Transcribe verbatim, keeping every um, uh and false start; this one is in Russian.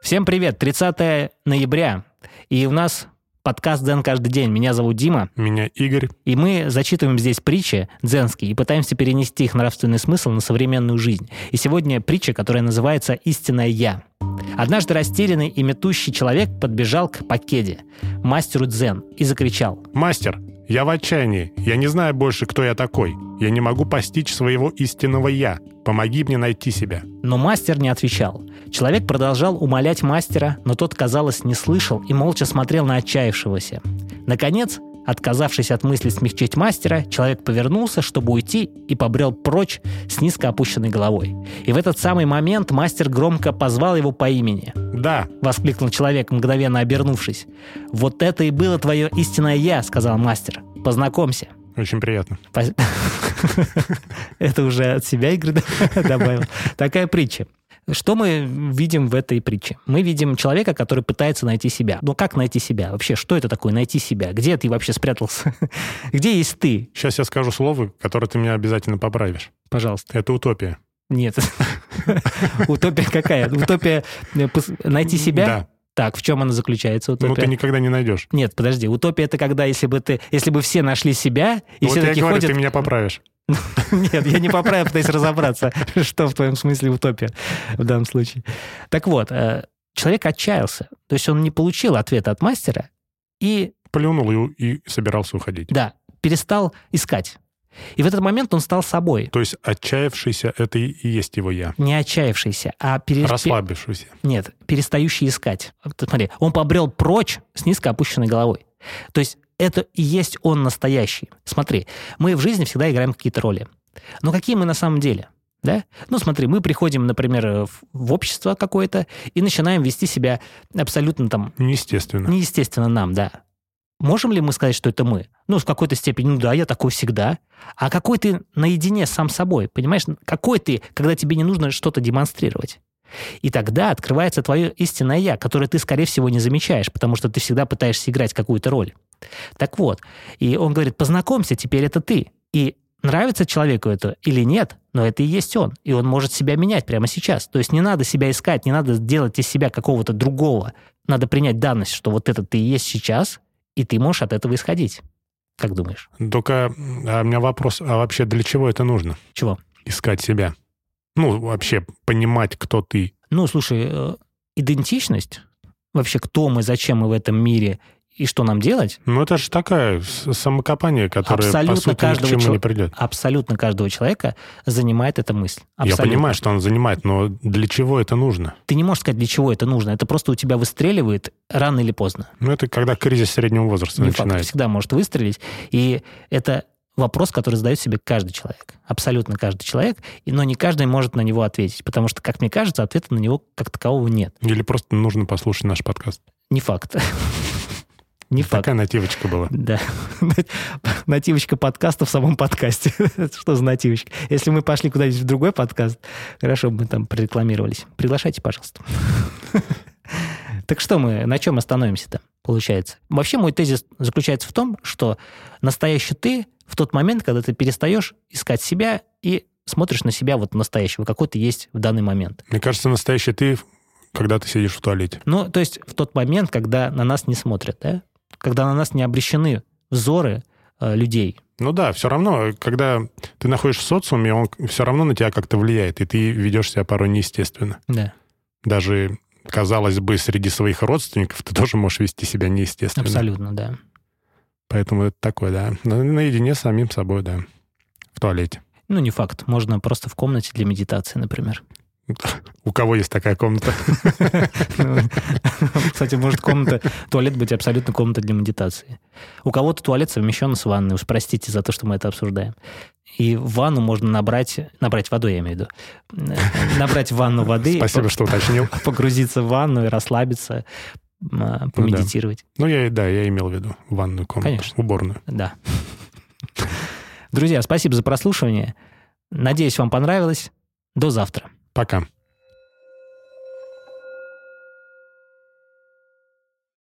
Всем привет, тридцатое ноября, и у нас подкаст «Дзен каждый день». Меня зовут Дима. Меня Игорь. И мы зачитываем здесь притчи дзенские и пытаемся перенести их нравственный смысл на современную жизнь. И сегодня притча, которая называется «Истинное Я». Однажды растерянный и метущий человек подбежал к Покеде, мастеру дзен, и закричал: «Мастер, я в отчаянии. Я не знаю больше, кто я такой. Я не могу постичь своего истинного «я». Помоги мне найти себя». Но мастер не отвечал. Человек продолжал умолять мастера, но тот, казалось, не слышал и молча смотрел на отчаявшегося. Наконец, отказавшись от мысли смягчить мастера, человек повернулся, чтобы уйти, и побрел прочь с низко опущенной головой. И в этот самый момент мастер громко позвал его по имени. «Да!» — воскликнул человек, мгновенно обернувшись. «Вот это и было твое истинное «я», — сказал мастер. «Познакомься». Очень приятно. Это уже от себя Игорь добавил. Такая притча. Что мы видим в этой притче? Мы видим человека, который пытается найти себя. Но как найти себя? Вообще, что это такое найти себя? Где ты вообще спрятался? Где есть ты? Сейчас я скажу слово, которое ты меня обязательно поправишь. Пожалуйста. Это утопия. Нет. Утопия какая? Утопия найти себя? Да. Так, в чем она заключается, утопия? Ну, ты никогда не найдешь. Нет, подожди. Утопия — это когда, если бы ты, если бы все нашли себя, и вот все я таки говорю, ходят... ты меня поправишь. Нет, я не поправил, пытаюсь разобраться, что в твоем смысле утопия в данном случае. Так вот, человек отчаялся. То есть он не получил ответа от мастера и... Плюнул и, и собирался уходить. Да, перестал искать. И в этот момент он стал собой. То есть отчаявшийся — это и есть его «я». Не отчаявшийся, а... Пере... Расслабившийся. Нет, перестающий искать. Смотри, он побрел прочь с низко опущенной головой. То есть это и есть он настоящий. Смотри, мы в жизни всегда играем какие-то роли. Но какие мы на самом деле? Да? Ну, смотри, мы приходим, например, в общество какое-то и начинаем вести себя абсолютно там... Неестественно. Неестественно нам, да. Можем ли мы сказать, что это мы? Ну, в какой-то степени, ну да, я такой всегда. А какой ты наедине сам собой, понимаешь? Какой ты, когда тебе не нужно что-то демонстрировать? И тогда открывается твое истинное «я», которое ты, скорее всего, не замечаешь, потому что ты всегда пытаешься играть какую-то роль. Так вот, и он говорит: познакомься, теперь это ты. И нравится человеку это или нет, но это и есть он. И он может себя менять прямо сейчас. То есть не надо себя искать, не надо делать из себя какого-то другого. Надо принять данность, что вот это ты и есть сейчас, и ты можешь от этого исходить. Как думаешь? Только а у меня вопрос, а вообще для чего это нужно? Чего? Искать себя. Ну, вообще понимать, кто ты. Ну, слушай, идентичность, вообще кто мы, зачем мы в этом мире и что нам делать? Ну, это же такая самокопание, которое, по сути, ни к чему чел... не придет. Абсолютно каждого человека занимает эта мысль. Абсолютно. Я понимаю, что он занимает, но для чего это нужно? Ты не можешь сказать, для чего это нужно. Это просто у тебя выстреливает рано или поздно. Ну, это когда кризис среднего возраста не начинается. Факт, всегда может выстрелить. И это вопрос, который задает себе каждый человек. Абсолютно каждый человек. Но не каждый может на него ответить. Потому что, как мне кажется, ответа на него как такового нет. Или просто нужно послушать наш подкаст. Не факт. Не факт. Такая нативочка была. Да. Нативочка подкаста в самом подкасте. Что за нативочка? Если мы пошли куда-нибудь в другой подкаст, хорошо бы мы там прорекламировались. Приглашайте, пожалуйста. Так что мы, на чем остановимся-то, получается? Вообще мой тезис заключается в том, что настоящий ты в тот момент, когда ты перестаешь искать себя и смотришь на себя вот настоящего, какой ты есть в данный момент. Мне кажется, настоящий ты, когда ты сидишь в туалете. Ну, то есть в тот момент, когда на нас не смотрят, да? Когда на нас не обращены взоры э, людей. Ну да, все равно, когда ты находишься в социуме, он все равно на тебя как-то влияет, и ты ведешь себя порой неестественно. Да. Даже, казалось бы, среди своих родственников ты тоже можешь вести себя неестественно. Абсолютно, да. Поэтому это такое, да. Наедине с самим собой, да. В туалете. Ну, не факт. Можно просто в комнате для медитации, например. У кого есть такая комната? Кстати, может комната, туалет быть абсолютно комната для медитации. У кого-то туалет совмещен с ванной, уж простите за то, что мы это обсуждаем. И в ванну можно набрать, набрать водой, я имею в виду, набрать в ванну воды. Спасибо, что уточнил. Погрузиться в ванну и расслабиться, помедитировать. Ну, я, да, я имел в виду ванную комнату. Конечно. Уборную. Да. Друзья, спасибо за прослушивание. Надеюсь, вам понравилось. До завтра. Пока.